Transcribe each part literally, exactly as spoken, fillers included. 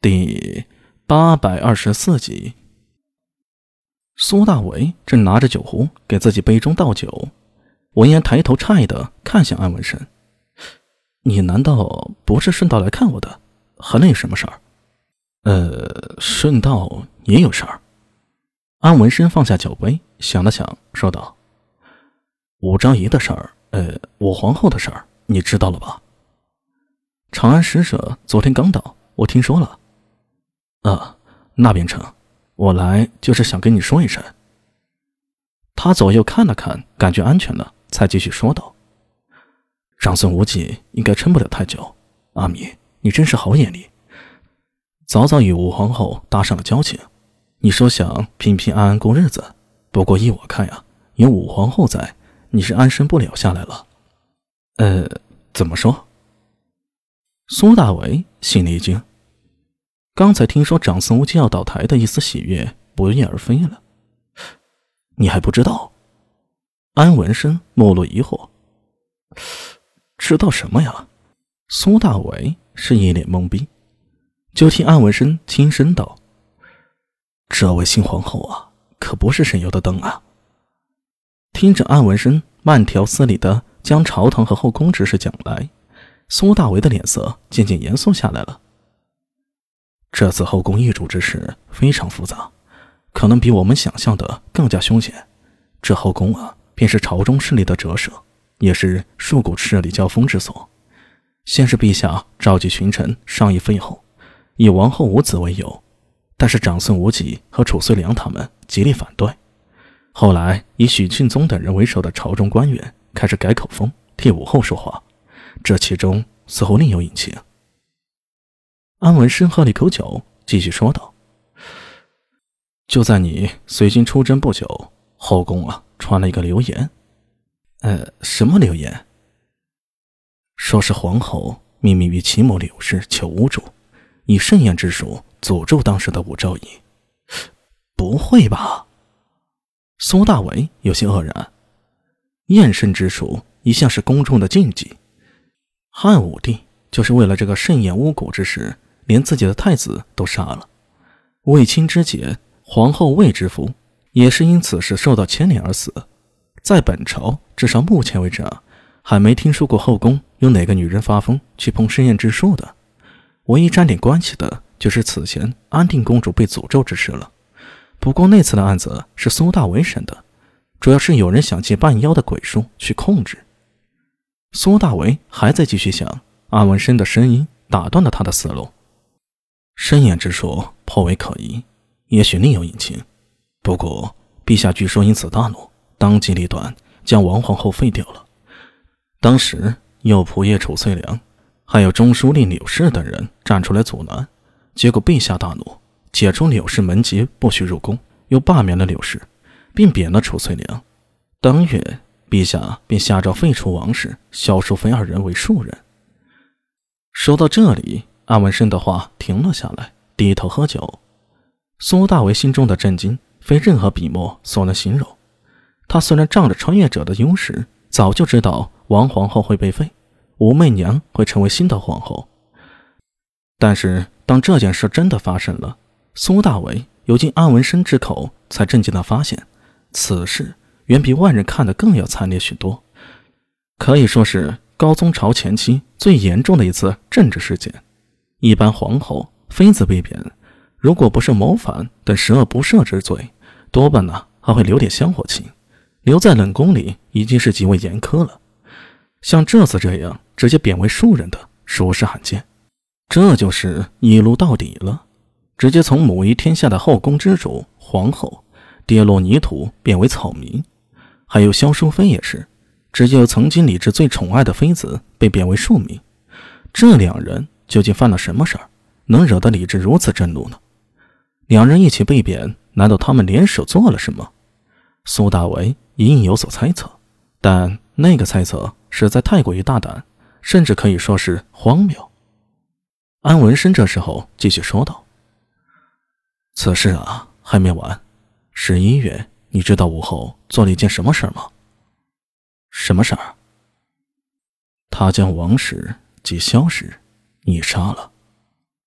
第八百二十四集。苏大为正拿着酒壶给自己杯中倒酒，闻言抬头诧异地看向安文生：“你难道不是顺道来看我的？还能有什么事儿？”“呃，顺道也有事儿。”安文生放下酒杯，想了想，说道：“武昭仪的事儿，呃，武皇后的事儿，你知道了吧？长安使者昨天刚到，我听说了。”“啊，那便成，我来就是想跟你说一声。”他左右看了看，感觉安全了，才继续说道：“长孙无忌应该撑不了太久。阿弥，你真是好眼力，早早与武皇后搭上了交情。你说想平平安安过日子，不过依我看呀，有武皇后在，你是安生不了下来了。”“呃，怎么说？”苏大为心里一惊，刚才听说长孙无忌要倒台的一丝喜悦不翼而飞了。“你还不知道？”安文生目露疑惑。“知道什么呀？”苏大为是一脸懵逼，就听安文生轻声道：“这位新皇后啊，可不是省油的灯啊。”听着安文生慢条斯理地将朝堂和后宫之事讲来，苏大为的脸色渐渐严肃下来了。这次后宫易主之事非常复杂，可能比我们想象的更加凶险。这后宫啊，便是朝中势力的折射，也是数股势力交锋之所。先是陛下召集群臣商议废后，以王后无子为由，但是长孙无忌和褚遂良他们极力反对。后来以许敬宗等人为首的朝中官员开始改口风，替武后说话，这其中似乎另有隐情。安文生喝了一口酒，继续说道：“就在你随军出征不久，后宫啊传了一个流言。”“呃，什么流言？”“说是皇后秘密与其母柳氏求巫主，以盛宴之术诅咒当时的武昭仪。”“不会吧？”苏大为有些愕然。宴盛之术一向是宫中的禁忌，汉武帝就是为了这个盛宴巫蛊之事，连自己的太子都杀了。卫青之姐皇后卫之夫也是因此事受到牵连而死。在本朝，至少目前为止啊，还没听说过后宫有哪个女人发疯去碰盛宴之术的。唯一沾点关系的就是此前安定公主被诅咒之事了。不过那次的案子是苏大为审的，主要是有人想借半妖的鬼术去控制。苏大为还在继续想，安文生的声音打断了他的思路。盛宴之术颇为可疑，也许另有隐情。不过陛下据说因此大怒，当机立断将王皇后废掉了。当时右仆射褚遂良还有中书令柳氏等人站出来阻拦，结果陛下大怒，解除柳氏门籍，不许入宫，又罢免了柳氏，并贬了褚遂良。当月陛下便下诏废除王氏，萧淑妃二人为庶人。说到这里，安文生的话停了下来，低头喝酒。苏大为心中的震惊非任何笔墨所能形容。他虽然仗着穿越者的优势，早就知道王皇后会被废，武媚娘会成为新的皇后，但是当这件事真的发生了，苏大为由经安文生之口才震惊地发现，此事远比外人看得更要惨烈许多，可以说是高宗朝前期最严重的一次政治事件。一般皇后、妃子被贬，如果不是谋反等十恶不赦之罪，多半呢还会留点香火情，留在冷宫里已经是极为严苛了。像这次这样直接贬为庶人的，属实罕见。这就是一路到底了，直接从母仪天下的后宫之主皇后跌落泥土，变为草民。还有萧淑妃也是，直接由曾经李治最宠爱的妃子被贬为庶民。这两人究竟犯了什么事儿，能惹得李治如此震怒呢？两人一起被贬，难道他们联手做了什么？苏大为隐隐有所猜测，但那个猜测实在太过于大胆，甚至可以说是荒谬。安文生这时候继续说道：“此事啊还没完，十一月你知道武后做了一件什么事儿吗？”“什么事儿？”“她将王氏及萧氏你杀了。”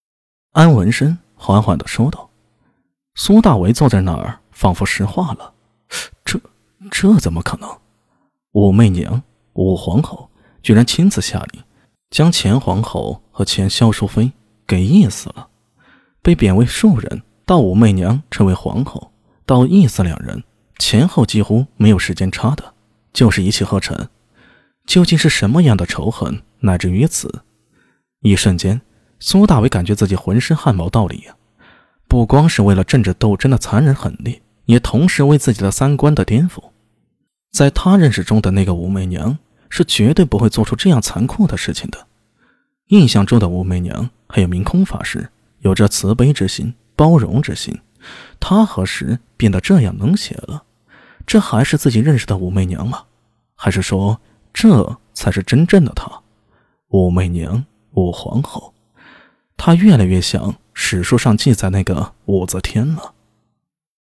安文生缓缓地说道。苏大为坐在那儿，仿佛石化了。这这怎么可能？武媚娘，武皇后居然亲自下令将前皇后和前萧淑妃给缢死了。被贬为庶人，到武媚娘成为皇后，到缢死两人，前后几乎没有时间差的，就是一气呵成。究竟是什么样的仇恨乃至于此？一瞬间，苏大伟感觉自己浑身汗毛倒立啊！不光是为了政治斗争的残忍狠烈，也同时为自己的三观的颠覆。在他认识中的那个武媚娘是绝对不会做出这样残酷的事情的。印象中的武媚娘还有明空法师，有着慈悲之心、包容之心，她何时变得这样冷血了？这还是自己认识的武媚娘吗？还是说这才是真正的她？武媚娘，武皇后，她越来越像史书上记载那个武则天了。